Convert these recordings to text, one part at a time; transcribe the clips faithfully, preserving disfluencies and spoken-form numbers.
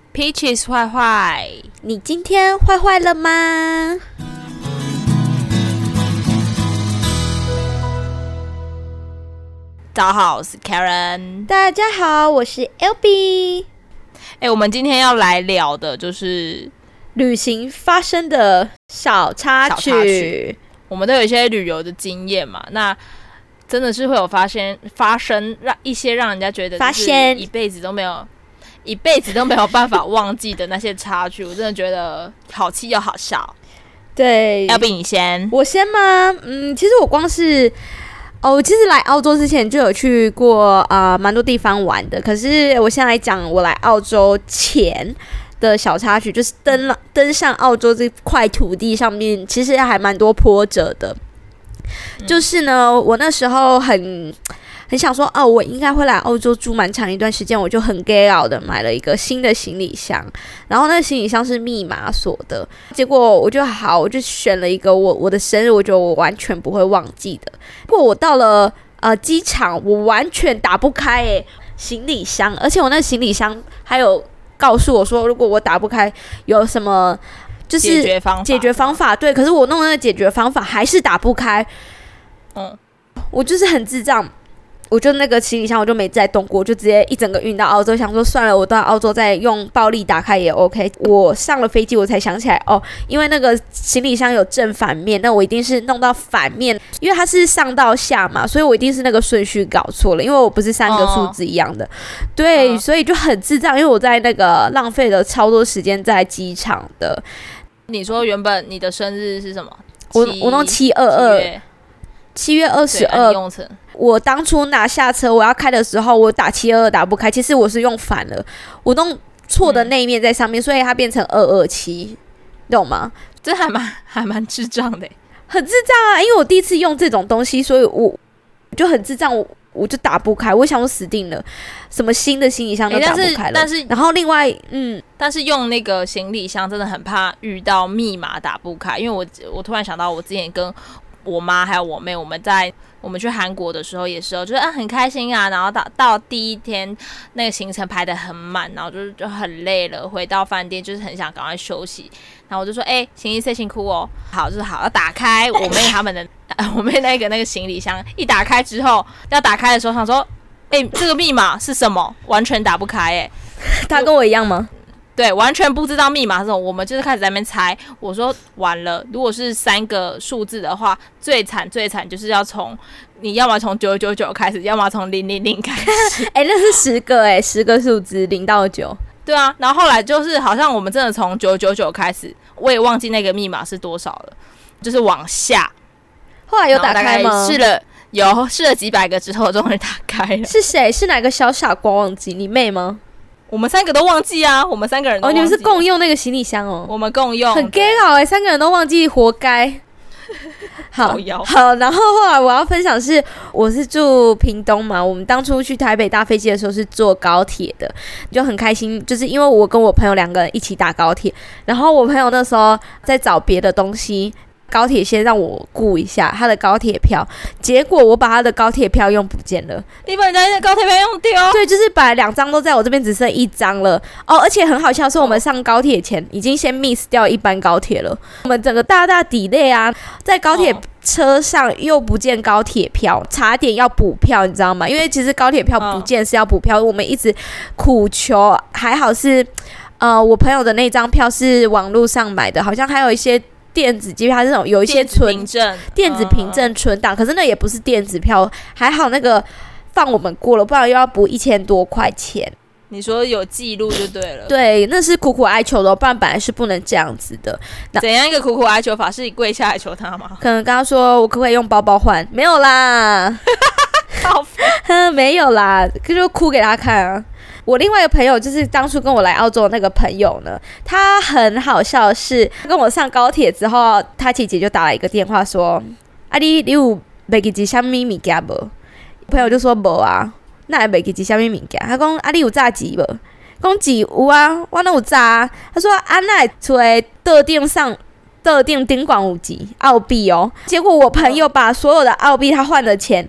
Peaches 坏坏， 你今天坏坏了吗？ 大家好，我是 Karen。 大家好，我是 L B。 哎，我们今天要来聊的就是旅行发生的小插曲。 小插曲我们都有一些旅游的经验嘛，那真的是会有发现发生让一些让人家觉得就是一辈子都没有。一辈子都没有办法忘记的那些插曲，我真的觉得好气又好笑。 对， 要不你先？ 我先吗？嗯，其实我光是哦，我其实来澳洲之前就有去过啊，蛮、呃、多地方玩的。可是我先来讲我来澳洲前的小插曲，就是登了登上澳洲这块土地上面，其实还蛮多波折的。嗯、就是呢，我那时候很。很想说哦，我应该会来澳洲住蛮长一段时间，我就很 gay out 的买了一个新的行李箱，然后那个行李箱是密码锁的，结果我就好，我就选了一个我我的生日，我觉得我完全不会忘记的。不过我到了呃机场，我完全打不开诶行李箱，而且我那个行李箱还有告诉我说，如果我打不开，有什么就是解决方法？ 解决方法对，可是我弄那个解决方法还是打不开，嗯，我就是很智障。我就那个行李箱我就没再动过，我就直接一整个运到澳洲，想说算了，我到澳洲再用暴力打开也 OK。我上了飞机我才想起来哦，因为那个行李箱有正反面，那我一定是弄到反面，因为它是上到下嘛，所以我一定是那个顺序搞错了，因为我不是三个数字一样的，哦、对、哦，所以就很智障，因为我在那个浪费了超多时间在机场的。 你说原本你的生日是什么？ 我我弄七二二，七月二十二。我当初拿下车我要开的时候，我打七二二打不开，其实我是用反了，我弄错的那一面在上面，嗯、所以它变成二二七，懂吗？ 这还蛮还蛮智障的， 很智障啊！因为我第一次用这种东西，所以我就很智障，我我就打不开。我想我死定了，什么新的行李箱都打不开了。欸、但是，但是然后另外，嗯， 但是用那个行李箱真的很怕遇到密码打不开，因为我我突然想到，我之前跟我妈还有我妹，我们在我们去韩国的时候也是，就是啊很开心啊，然后到到第一天那个行程排得很满，然后就就很累了，回到饭店就是很想赶快休息，然后我就说，哎、欸，行李塞辛苦哦，好就是好，要打开我妹他们的我妹那个那个行李箱，一打开之后要打开的时候想说，哎、欸，这个密码是什么？完全打不开、欸，哎， 他跟我一样吗？ 对，完全不知道密码是什么，我们就是开始在那边猜。我说完了，如果是三个数字的话，最惨最惨就是要从你要么从九九九开始，要么从零零零开始。 哎、欸，那是十个哎、欸，十个数字零到九。 对啊，然后后来就是好像我们真的从九九九开始，我也忘记那个密码是多少了，就是往下。 后来有打开吗？ 试了，有试了几百个之后，终于打开了。 是谁？是哪个小傻瓜忘记？你妹吗？ 我们三个都忘记啊，我们三个人都忘记。 哦，你们是共用那个行李箱哦？ 我们共用， 很 gay 好哎、欸，三个人都忘记，活该。好，好，然后后来我要分享的是，我是住屏东嘛，我们当初去台北搭飞机的时候是坐高铁的，就很开心，就是因为我跟我朋友两个人一起搭高铁，然后我朋友那时候在找别的东西。高铁先让我顾一下他的高铁票，结果我把他的高铁票用不见了。 你把人家的高铁票用丢？ 对，就是本来两张都在我这边，只剩一张了。哦，而且很好笑，是我们上高铁前已经先 miss 掉一班高铁了。我们整个大大 delay 啊，在高铁车上又不见高铁票，差点要补票，你知道吗？因为其实高铁票不见是要补票，我们一直苦求，还好是呃，我朋友的那张票是网络上买的，好像还有一些。电子机票这种有一些存凭证， 电子凭证存档、嗯，可是那也不是电子票，还好那个放我们过了，不然又要补一千多块钱。 你说有记录就对了， 对，那是苦苦哀求的，不然本来是不能这样子的。 怎样一个苦苦哀求法？是你跪下来求他吗？ 可能跟他说我可不可以用包包换？没有啦，没有啦，就哭给他看啊。我另外一个朋友就是当初跟我来澳洲的那个朋友呢，他很好笑的是，跟我上高铁之后，他姐姐就打了一个电话说：“啊你你有袂记一什么物件无？”朋友就说无啊，那会袂记一什么物件？他讲啊你有炸钱无？讲钱有啊，我哪有炸啊？他说啊那会出来桌顶上。桌顶顶管有钱澳币哦，结果我朋友把所有的澳币他换的钱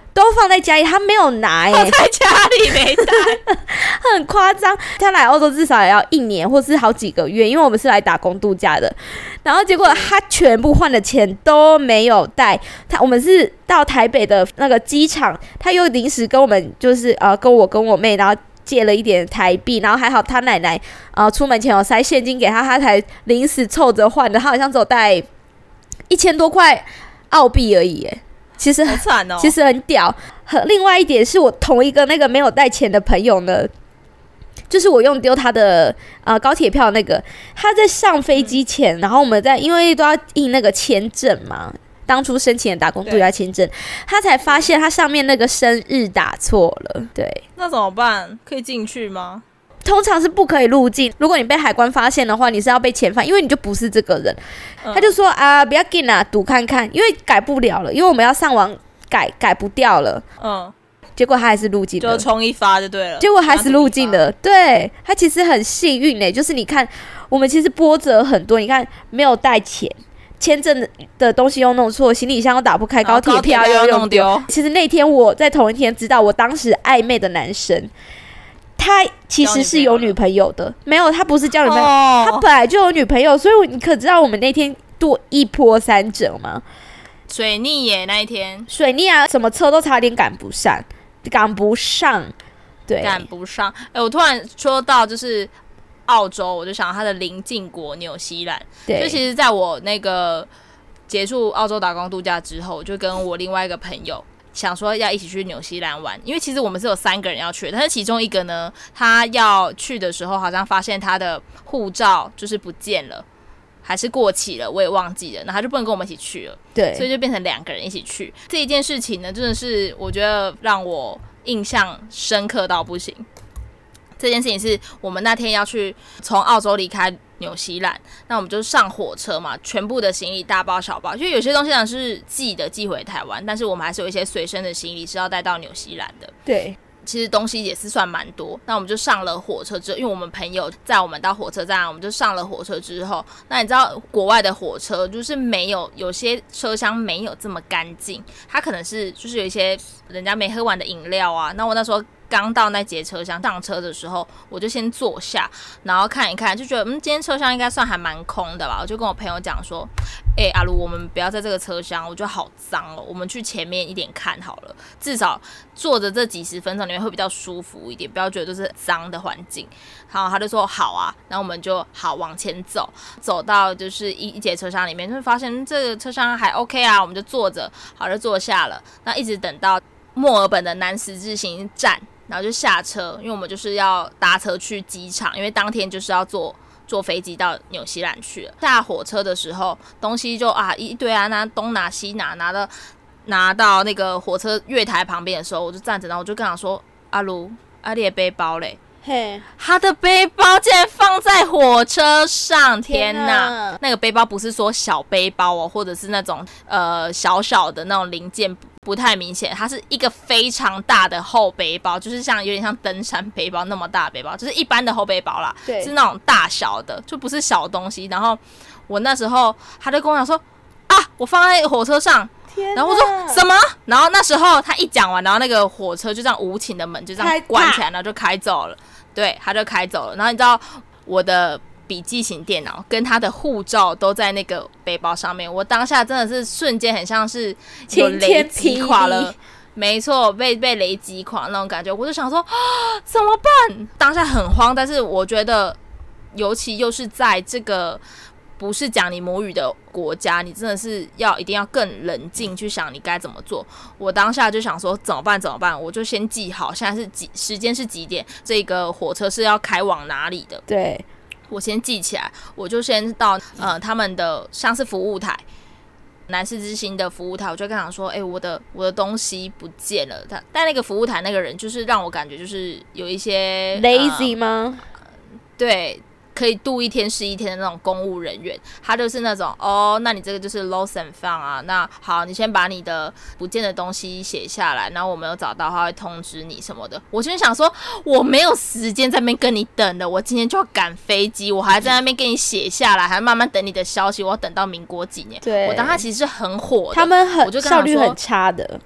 都放在家里，他没有拿哎、欸， 放在家里没带， 很夸张。他来澳洲至少也要一年或是好几个月，因为我们是来打工度假的。然后结果他全部换的钱都没有带，他我们是到台北的那个机场，他又临时跟我们就是呃跟我跟我妹，然后借了一点台币，然后还好他奶奶呃出门前有塞现金给他，他才临时凑着换的。他好像只有带一千多块澳币而已耶。其实很惨哦， 其实很屌。另外一点是我同一个那个没有带钱的朋友呢，就是我用丢他的呃高铁票那个，他在上飞机前，嗯、然后我们在因为都要印那个签证嘛，当初申请的打工度假签证，他才发现他上面那个生日打错了。对， 那怎么办？可以进去吗？ 通常是不可以入境，如果你被海关发现的话，你是要被遣返，因为你就不是这个人。嗯、他就说啊，不要紧啦，赌看看，因为改不了了，因为我们要上网改，改不掉了。嗯，结果他还是入境了， 就冲一发就对了。 结果还是入境了，对，他其实很幸运嘞，就是你看，我们其实波折很多，你看没有带钱。签证的东西又弄错，行李箱又打不开，高铁票又弄丢。其实那天我在同一天知道，我当时暧昧的男生，他其实是有女朋友的，没有，他不是交女朋友，哦、他本来就有女朋友，所以你可知道我们那天多一波三折吗？ 水逆耶，那一天水逆啊，什么车都差点赶不上，赶不上，对， 赶不上。哎、欸，我突然说到就是澳洲，我就想到它的邻近国纽西兰。对，就其实在我那个结束澳洲打工度假之后，我就跟我另外一个朋友。想说要一起去纽西兰玩，因为其实我们是有三个人要去的，但是其中一个呢，他要去的时候好像发现他的护照就是不见了，还是过期了，我也忘记了，那他就不能跟我们一起去了，对，所以就变成两个人一起去。这一件事情呢，真的是我觉得让我印象深刻到不行。这件事情是我们那天要去从澳洲离开纽西兰，那我们就上火车嘛，全部的行李大包小包，因为有些东西呢是寄的寄回台湾，但是我们还是有一些随身的行李是要带到纽西兰的。对，其实东西也是算蛮多。那我们就上了火车之后，因为我们朋友载我们到火车站，我们就上了火车之后，那你知道国外的火车就是没有有些车厢没有这么干净，它可能是就是有一些人家没喝完的饮料啊。那我那时候刚到那节车厢上车的时候，我就先坐下，然后看一看，就觉得嗯，今天车厢应该算还蛮空的吧。我就跟我朋友讲说，哎、欸，阿卢，我们不要在这个车厢，我觉得好脏哦，我们去前面一点看好了，至少坐着这几十分钟里面会比较舒服一点，不要觉得都是脏的环境。然后他就说好啊，然后我们就好往前走，走到就是一一节车厢里面，就会发现这个车厢还 OK 啊，我们就坐着，好就坐下了。那一直等到墨尔本的南十字星站。然后就下车，因为我们就是要搭车去机场，因为当天就是要坐坐飞机到纽西兰去了。下火车的时候，东西就啊一堆啊，拿东拿西拿，拿到拿到那个火车月台旁边的时候，我就站着，然后我就跟他说：“阿卢，阿你的背包嘞？”嘿，他的背包竟然放在火车上！天哪，那个背包不是说小背包哦，或者是那种呃小小的那种零件。不太明显，它是一个非常大的厚背包，就是像有点像登山背包那么大的背包，就是一般的厚背包啦，是那种大小的，就不是小东西。然后我那时候他就跟我讲说啊，我放在火车上，然后我说什么？然后那时候他一讲完，然后那个火车就这样无情的门就这样关起来，然后就开走了。对，他就开走了。然后你知道我的笔记型电脑跟他的护照都在那个背包上面，我当下真的是瞬间很像是有雷击垮了，没错，被被雷击垮那种感觉，我就想说啊，怎么办？当下很慌，但是我觉得，尤其又是在这个不是讲你母语的国家，你真的是要一定要更冷静去想你该怎么做。我当下就想说怎么办？怎么办？我就先记好，现在是几时间是几点，这个火车是要开往哪里的？对。我先记起来，我就先到呃他们的像是服务台，南市之星的服务台，我就跟他说，哎、欸，我的我的东西不见了。他但那个服务台那个人就是让我感觉就是有一些 lazy 吗？ 呃、对。可以度一天是一天的那种公务人员，他就是那种哦，那你这个就是 lost and found 啊，那好，你先把你的不见的东西写下来，然后我没有找到，他会通知你什么的。我今天想说，我没有时间在那边跟你等的，我今天就要赶飞机，我还在那边给你写下来，还慢慢等你的消息，我要等到民国几年。对，我当他其实是很火的， 他们很我就跟他说效率很差的。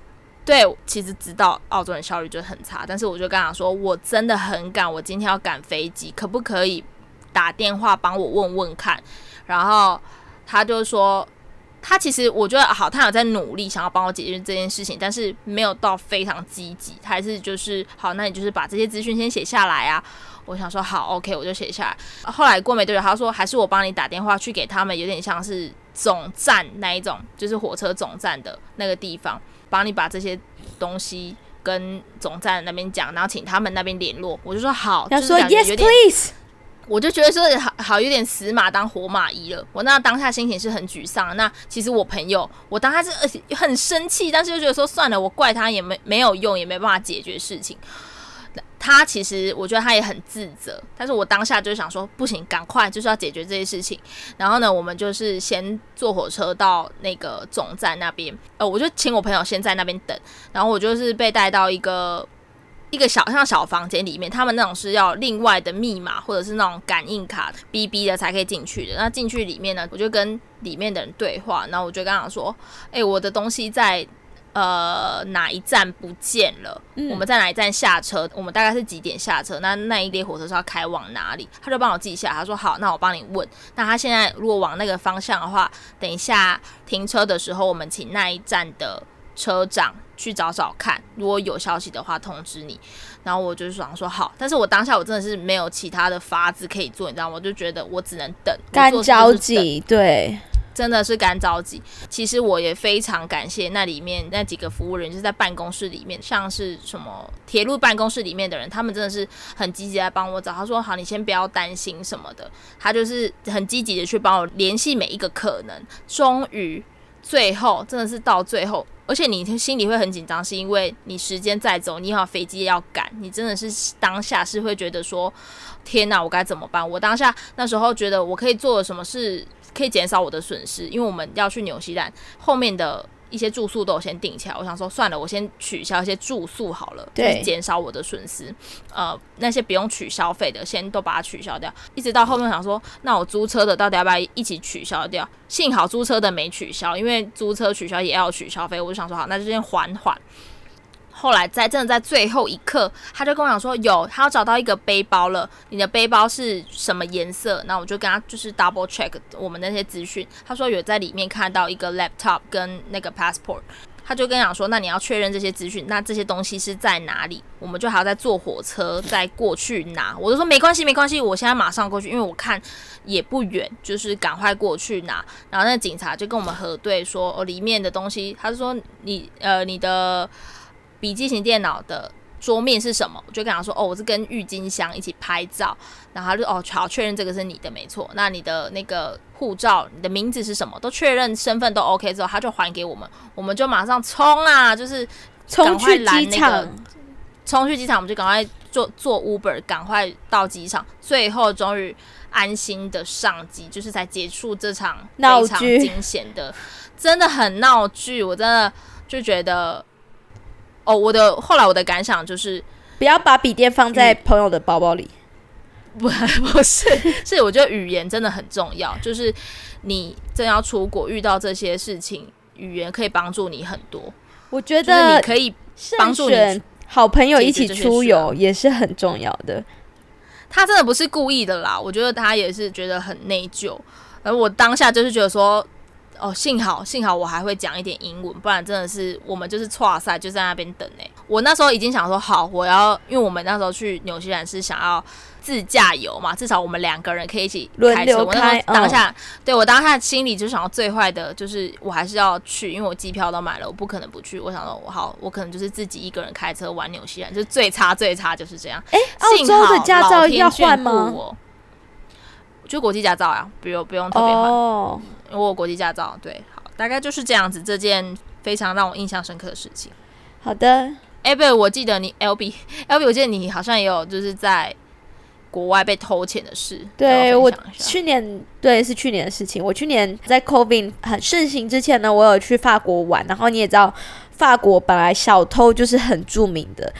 对，其实知道澳洲人效率就很差，但是我就跟他说，我真的很赶，我今天要赶飞机，可不可以打电话帮我问问看？然后他就说，他其实我觉得好，他有在努力想要帮我解决这件事情，但是没有到非常积极，他还是就是好，那你就是把这些资讯先写下来啊。我想说好 ，OK， 我就写下来。后来过没多久，他说还是我帮你打电话去给他们，有点像是总站那一种，就是火车总站的那个地方，帮你把这些东西跟总站那边讲，然后请他们那边联络。我就说好， 要说 yes please。 我就觉得说好好有点死马当活马医了。我那当下心情是很沮丧。那其实我朋友，我当下是很生气，但是就觉得说算了，我怪他也没没有用，也没办法解决事情。他其实我觉得他也很自责，但是我当下就想说不行，赶快就是要解决这些事情。然后呢，我们就是先坐火车到那个总站那边，呃，我就请我朋友先在那边等，然后我就是被带到一个一个小像小房间里面，他们那种是要另外的密码或者是那种感应卡 B B 的才可以进去的。那进去里面呢，我就跟里面的人对话，然后我就跟他说，哎、欸，我的东西在呃哪一站不见了、嗯、我们在哪一站下车，我们大概是几点下车，那那一列火车是要开往哪里，他就帮我记下来。他说好，那我帮你问，那他现在如果往那个方向的话，等一下停车的时候我们请那一站的车长去找找看，如果有消息的话通知你。然后我就想说好，但是我当下我真的是没有其他的法子可以做，你知道吗？我就觉得我只能等， 干着急，对， 真的是干着急。其实我也非常感谢那里面那几个服务人，就是在办公室里面，像是什么铁路办公室里面的人，他们真的是很积极来帮我找。他说好，你先不要担心什么的，他就是很积极的去帮我联系每一个可能。终于最后真的是到最后，而且你心里会很紧张，是因为你时间在走，你有飞机要赶，你真的是当下是会觉得说天哪，我该怎么办？我当下那时候觉得我可以做什么事可以减少我的损失，因为我们要去纽西兰，后面的一些住宿都有先订起来，我想说算了，我先取消一些住宿好了，就是减少我的损失。呃，那些不用取消费的，先都把它取消掉。一直到后面想说，那我租车的到底要不要一起取消掉？幸好租车的没取消，因为租车取消也要取消费，我就想说好，那就先缓缓。后来在真的在最后一刻，他就跟我讲说有，他要找到一个背包了，你的背包是什么颜色？那我就跟他就是 double check 我们那些资讯，他说有在里面看到一个 laptop 跟那个 passport， 他就跟我讲说那你要确认这些资讯，那这些东西是在哪里？我们就还要再坐火车再过去拿。我就说没关系没关系，我现在马上过去，因为我看也不远，就是赶快过去拿。然后那警察就跟我们核对说哦里面的东西，他就说你呃你的笔记型电脑的桌面是什么？我就跟他说，哦，我是跟郁金香一起拍照，然后他就哦，好，确认这个是你的，没错。那你的那个护照，你的名字是什么？都确认身份都 OK 之后，他就还给我们，我们就马上冲啊，就是赶快拦那个，冲去机场，我们就赶快坐坐 Uber， 赶快到机场，最后终于安心的上机，就是才结束这场非常惊险的，真的很闹剧，我真的就觉得。哦，我的后来我的感想就是不要把笔电放在朋友的包包里。 不不是，是我觉得语言真的很重要，就是你真要出国遇到这些事情，语言可以帮助你很多。 我觉得你可以帮助你好朋友一起出游也是很重要的。 他真的不是故意的啦，我觉得他也是觉得很内疚。而我当下就是觉得说。哦，幸好幸好我还会讲一点英文，不然真的是我们就是剉赛就在那边等欸。我那时候已经想说好，我要因为我们那时候去纽西兰是想要自驾游嘛，至少我们两个人可以一起开车。 轮流开， 我当下、嗯、对我当下心里就想到最坏的就是我还是要去，因为我机票都买了，我不可能不去。我想说好，我可能就是自己一个人开车玩纽西兰，就最差最差就是这样。 哎、欸，澳洲的驾照要换吗？ 就国际驾照啊，不用不用特别换。 哦， 我有国际驾照，对，好，大概就是这样子。这件非常让我印象深刻的事情。 好的， 哎，不，我记得你 L B L B， 我记得你好像也有就是在国外被偷钱的事。 对，我去年对是去年的事情。我去年在 COVID 很盛行之前呢，我有去法国玩，然后你也知道，法国本来小偷就是很著名的。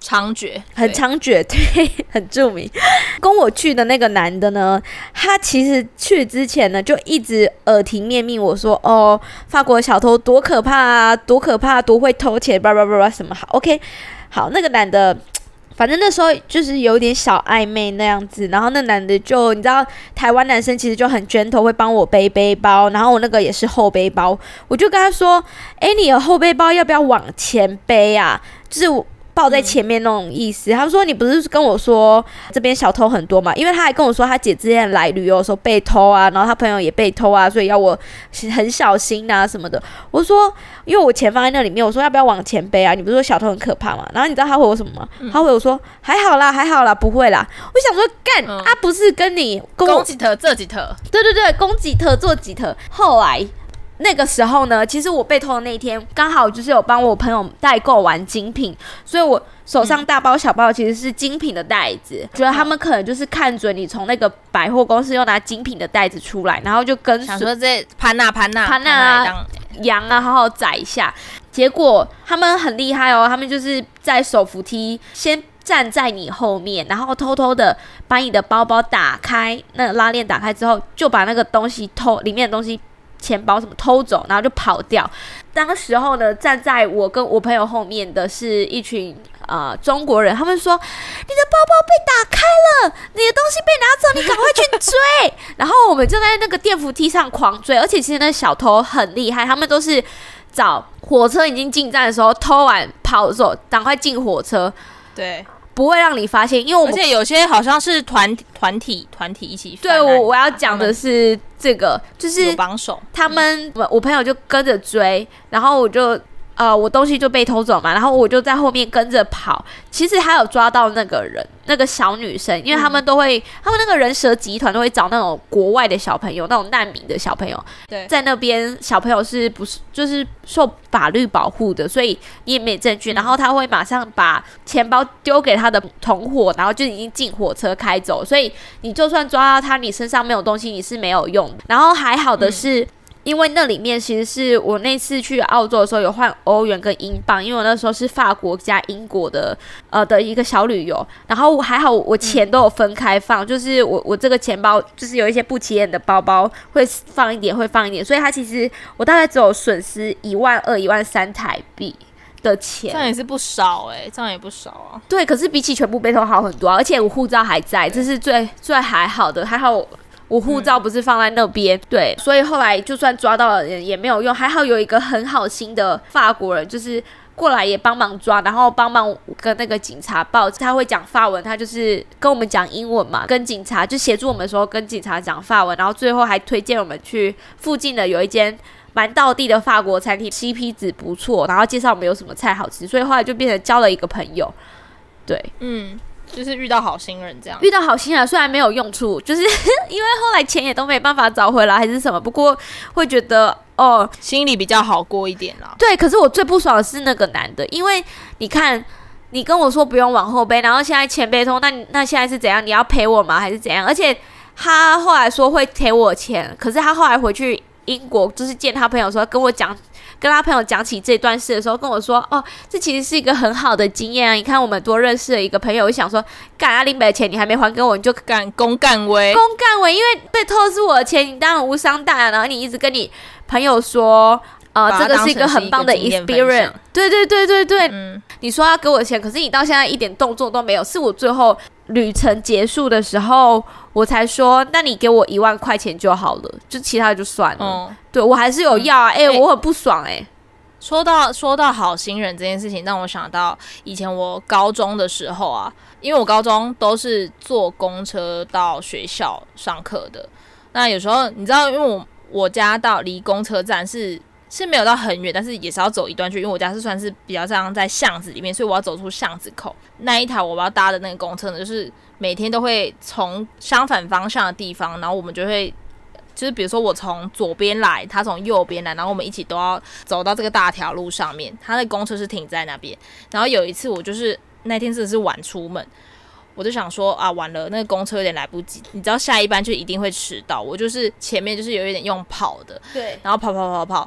猖獗， 很猖獗，对，很著名。跟我去的那个男的呢，他其实去之前呢，就一直耳提面命我说，哦，法国小偷多可怕啊，多可怕，多会偷钱，叭叭叭叭什么好 ，OK， 好，那个男的。反正那时候就是有点小暧昧那样子，然后那男的就你知道，台湾男生其实就很 gentle， 会帮我背背包，然后我那个也是后背包，我就跟他说，哎，你的后背包要不要往前背啊？就是我抱在前面那种意思。嗯、他说你不是跟我说这边小偷很多嘛？因为他还跟我说他姐之前来旅游的时候被偷啊，然后他朋友也被偷啊，所以要我很小心啊什么的。我说因为我钱放在那里面，我说要不要往前背啊？你不是说小偷很可怕吗？然后你知道他回我什么吗？嗯、他回我说还好啦，还好啦，不会啦。我想说干、嗯、啊，不是跟你跟我攻几特这几特， 对对对，攻几特做几特。后来。那个时候呢，其实我被偷的那一天，刚好就是有帮我朋友代购完精品，所以我手上大包小包其实是精品的袋子。嗯、觉得他们可能就是看准你从那个百货公司又拿精品的袋子出来，然后就跟想说这潘娜潘娜潘娜羊啊，好好宰一下。结果他们很厉害哦，他们就是在手扶梯先站在你后面，然后偷偷的把你的包包打开，那个拉链打开之后，就把那个东西偷里面的东西。钱包什么偷走，然后就跑掉。当时候呢，站在我跟我朋友后面的是一群呃中国人，他们说你的包包被打开了，你的东西被拿走，你赶快去追。然后我们就在那个电扶梯上狂追，而且其实那小偷很厉害，他们都是找火车已经进站的时候偷完跑走，赶快进火车。 对。 不会让你发现，因为我们而且有些好像是团团体团体一起犯案。 对，我我要讲的是这个，就是有帮手， 他们、嗯、我朋友就跟着追，然后我就呃我东西就被偷走嘛，然后我就在后面跟着跑。其实还有抓到那个人，那个小女生，因为他们都会，嗯、他们那个人蛇集团都会找那种国外的小朋友，那种难民的小朋友。 对， 在那边小朋友是不是就是受法律保护的，所以你也没证据，嗯、然后他会马上把钱包丢给他的同伙，然后就已经进火车开走，所以你就算抓到他，你身上没有东西，你是没有用的。然后还好的是。嗯因为那里面其实是我那次去澳洲的时候有换欧元跟英镑，因为我那时候是法国加英国的呃的一个小旅游，然后还好我钱都有分开放，嗯、就是我我这个钱包就是有一些不起眼的包包会放一点会放一点，所以它其实我大概只有损失一万二一万三台币的钱， 这样也是不少哎、欸，这样也不少啊。 对，可是比起全部被偷好很多、啊，而且我护照还在，这是最最还好的，还好。我护照不是放在那边、嗯，对，所以后来就算抓到了人也没有用，还好有一个很好心的法国人，就是过来也帮忙抓，然后帮忙跟那个警察报，他会讲法文，他就是跟我们讲英文嘛，跟警察就协助我们的时候跟警察讲法文，然后最后还推荐我们去附近的有一间蛮道地的法国餐厅 ，C P 值不错，然后介绍我们有什么菜好吃，所以后来就变成交了一个朋友，对， 嗯。就是遇到好心人这样， 遇到好心人虽然没有用处，就是因为后来钱也都没办法找回来还是什么，不过会觉得哦， 心里比较好过一点啦。 对，可是我最不爽的是那个男的，因为你看你跟我说不用往后背，然后现在钱被偷，那那现在是怎样？你要赔我吗？还是怎样？而且他后来说会赔我钱，可是他后来回去英国就是见他朋友的时候跟我讲。跟他朋友讲起这段事的时候，跟我说：“哦，这其实是一个很好的经验啊！你看，我们多认识了一个朋友，我想说，干阿林北的钱你还没还给我，你就敢公干威， 公干威，因为被偷的是我的钱，你当然无伤大雅。然后你一直跟你朋友说，呃，这个是一个很棒的 experience。对对对对对，嗯，你说要给我钱，可是你到现在一点动作都没有，是我最后旅程结束的时候。”我才说，那你给我一万块钱就好了，就其他的就算了。嗯、对我还是有要啊，哎、欸欸，我很不爽哎、欸。 说到说到好心人这件事情，让我想到以前我高中的时候啊，因为我高中都是坐公车到学校上课的。那有时候你知道，因为我我家到离公车站是是没有到很远，但是也是要走一段距离，因为我家是算是比较像在巷子里面，所以我要走出巷子口。那一台我要搭的那个公车呢，就是每天都会从相反方向的地方，然后我们就会就是比如说我从左边来，他从右边来，然后我们一起都要走到这个大条路上面，他的公车是停在那边。然后有一次我就是那天真的是晚出门，我就想说啊，完了，那个公车有点来不及，你知道下一班就一定会迟到。我就是前面就是有一点用跑的， 对， 然后跑跑跑跑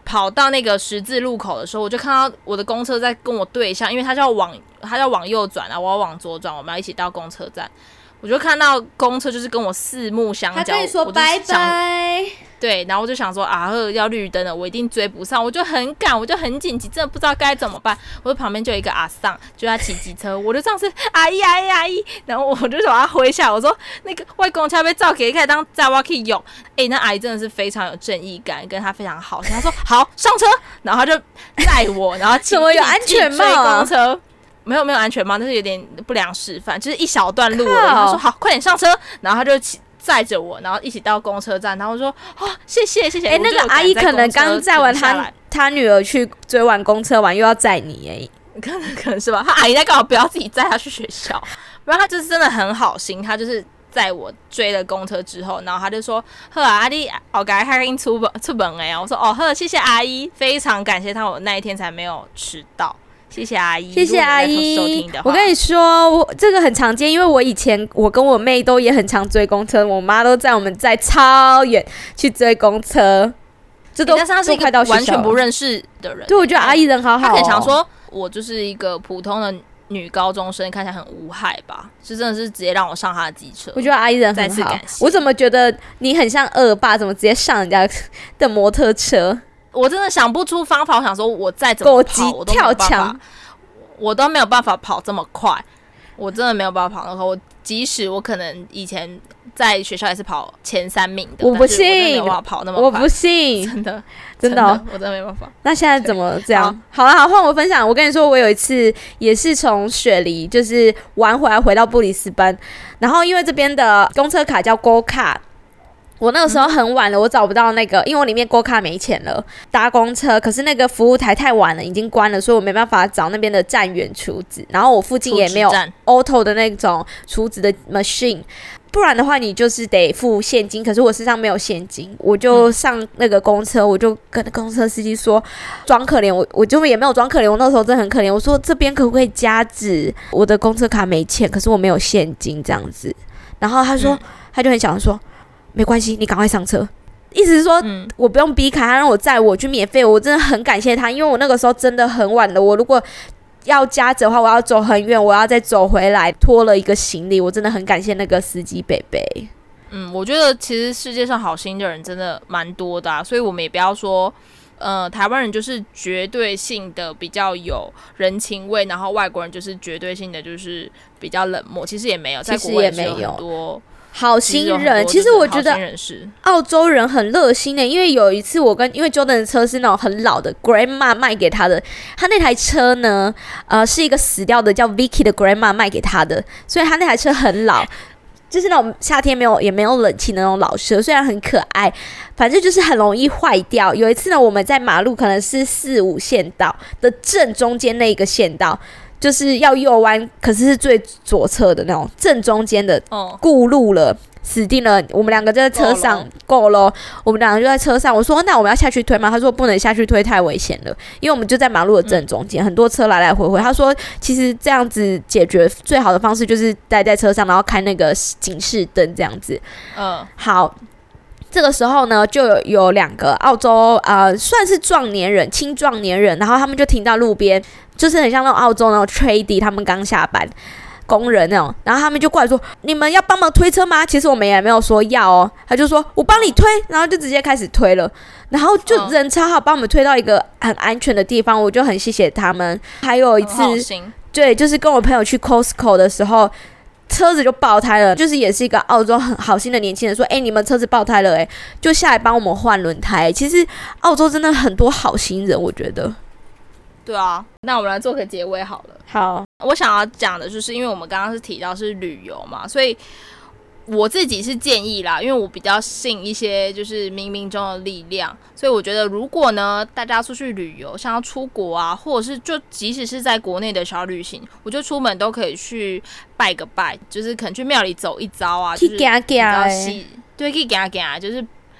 跑到那个十字路口的时候，我就看到我的公车在跟我对向，因为他就要往他就要往右转啊，我要往左转，我们要一起到公车站。我就看到公车就是跟我四目相交， 他跟你说拜拜， 对，然后我就想说啊，要绿灯了，我一定追不上，我就很赶，我就很紧急，真的不知道该怎么办。我旁边就有一个阿桑，就他骑机车，我就这样子阿姨阿姨阿姨，然后我就把他挥下，我说那个外公车被照给开当炸挖可以用，哎、欸，那阿姨真的是非常有正义感，跟他非常好，他说好上车，然后他就载我，然后怎么有安全帽、啊？ 公车。没有没有安全帽，但是有点不良示范，就是一小段路而已。他说好，快点上车，然后他就载着我，然后一起到公车站。然后我说哦，谢谢谢谢。 哎、欸，那个阿姨可能刚载完他他女儿去追完公车完，又要载你哎、 欸，可能可能是吧。他阿姨在刚好不要自己载他去学校，不然他就是真的很好心，他就是在我追了公车之后，然后他就说呵啊，阿弟我该还给你出门出门哎，我说哦呵，谢谢阿姨，非常感谢他，我那一天才没有迟到。谢谢阿姨， 谢谢阿姨。我跟你说，我这个很常见，因为我以前我跟我妹都也很常追公车，我妈都载我们在超远去追公车，这都、欸、 但是她是一个完全不认识的人。 对，我觉得阿姨人好好、哦。 她很常说，我就是一个普通的女高中生，看起来很无害吧？是真的是直接让我上她的机车。 我觉得阿姨人很好。我怎么觉得你很像恶霸？怎么直接上人家的摩托车？ 我真的想不出方法，我想说我再怎么跑我都没有办法，我都没有办法跑这么快，我真的没有办法跑那么快。我即使我可能以前在学校也是跑前三名的， 我不信， 我真的没有办法跑那么快， 我不信， 真的真的、哦， 我真的没办法。 那现在怎么这样？好了，好，换我分享。我跟你说，我有一次也是从雪梨就是玩回来回到布里斯班，然后因为这边的公车卡叫 Go 卡。我那个时候很晚了，我找不到那个，因为我里面Go卡没钱了，搭公车，可是那个服务台太晚了，已经关了，所以我没办法找那边的站员储值，然后我附近也没有 auto 的那种储值的 machine， 不然的话你就是得付现金，可是我身上没有现金，我就上那个公车，我就跟公车司机说装可怜，我我就也没有装可怜，我那时候真的很可怜，我说这边可不可以加值，我的公车卡没钱，可是我没有现金这样子，然后他说、嗯、他就很想说没关系，你赶快上车。意思是说、嗯、我不用逼卡，他让我载我去免费，我真的很感谢他，因为我那个时候真的很晚了，我如果要加值的话，我要走很远，我要再走回来，拖了一个行李，我真的很感谢那个司机伯伯。 嗯，我觉得其实世界上好心的人真的蛮多的、啊，所以我们也不要说呃，台湾人就是绝对性的比较有人情味，然后外国人就是绝对性的就是比较冷漠，其实也没有，在国外也是有很多好心人。其实我觉得澳洲人很热心的、欸，因为有一次我跟因为 Jordan 的车是那种很老的 grandma 卖给他的，他那台车呢，呃，是一个死掉的叫 Vicky 的 grandma 卖给他的，所以他那台车很老，就是那种夏天没有也没有冷气的那种老车，虽然很可爱，反正就是很容易坏掉。有一次呢，我们在马路可能是四五线道的正中间那一个线道。就是要右弯，可是是最左侧的那种正中间的顾路了，死定了！我们两个就在车上，够了，我们两个就在车上。我说：“那我们要下去推吗？”他说：“不能下去推，太危险了，因为我们就在马路的正中间，嗯、很多车来来回回。”他说：“其实这样子解决最好的方式就是待在车上，然后开那个警示灯这样子。”嗯，好。这个时候呢，就有有两个澳洲呃，算是壮年人、青壮年人，然后他们就停到路边，就是很像那种澳洲那种 tradie， 他们刚下班工人那种，然后他们就过来说：“你们要帮忙推车吗？”其实我们也没有说要哦，他就说：“我帮你推。”然后就直接开始推了，然后就人超好，帮我们推到一个很安全的地方，我就很谢谢他们。还有一次，对，就是跟我朋友去 Costco 的时候。车子就爆胎了，就是也是一个澳洲很好心的年轻人说：“哎、欸，你们车子爆胎了、欸，哎，就下来帮我们换轮胎。”其实澳洲真的很多好心人，我觉得。 对啊，那我们来做个结尾好了。 好， 我想要讲的就是，因为我们刚刚是提到是旅游嘛，所以我自己是建议啦，因为我比较信一些就是冥冥中的力量，所以我觉得如果呢大家出去旅游，像要出国啊，或者是就即使是在国内的小旅行，我觉得出门都可以去拜个拜，就是可能去庙里走一遭啊，就是比较细，对，可以给他给他，就是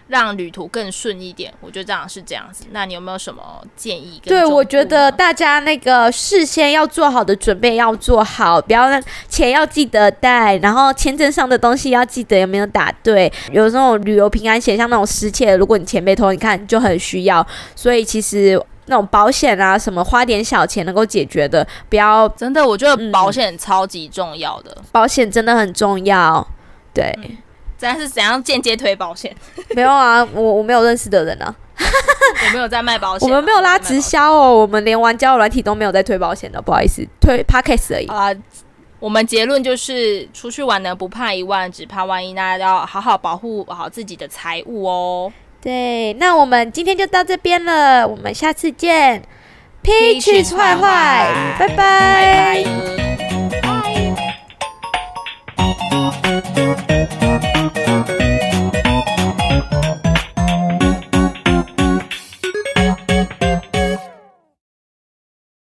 让旅途更顺一点。我觉得这样是这样子。那你有没有什么建议跟？ 对，我觉得大家那个事先要做好的准备要做好，不要钱要记得带，然后签证上的东西要记得有没有打对。有那种旅游平安险，像那种失窃，如果你钱被偷，你看就很需要。所以其实那种保险啊，什么花点小钱能够解决的，不要真的，我觉得保险超级重要的， 嗯、保险真的很重要。对， 嗯、这是怎样间接推保险？ 没有啊，我我没有认识的人啊。 我没有在卖保险、啊， 我们没有拉直销哦，我们连玩交友软体都没有在推保险的，不好意思，推 podcast 而已。 啊、呃，我们结论就是出去玩呢，不怕一万，只怕万一，大家要好好保护好自己的财物哦。 对，那我们今天就到这边了，我们下次见。Peaches 坏坏，拜拜。 拜拜。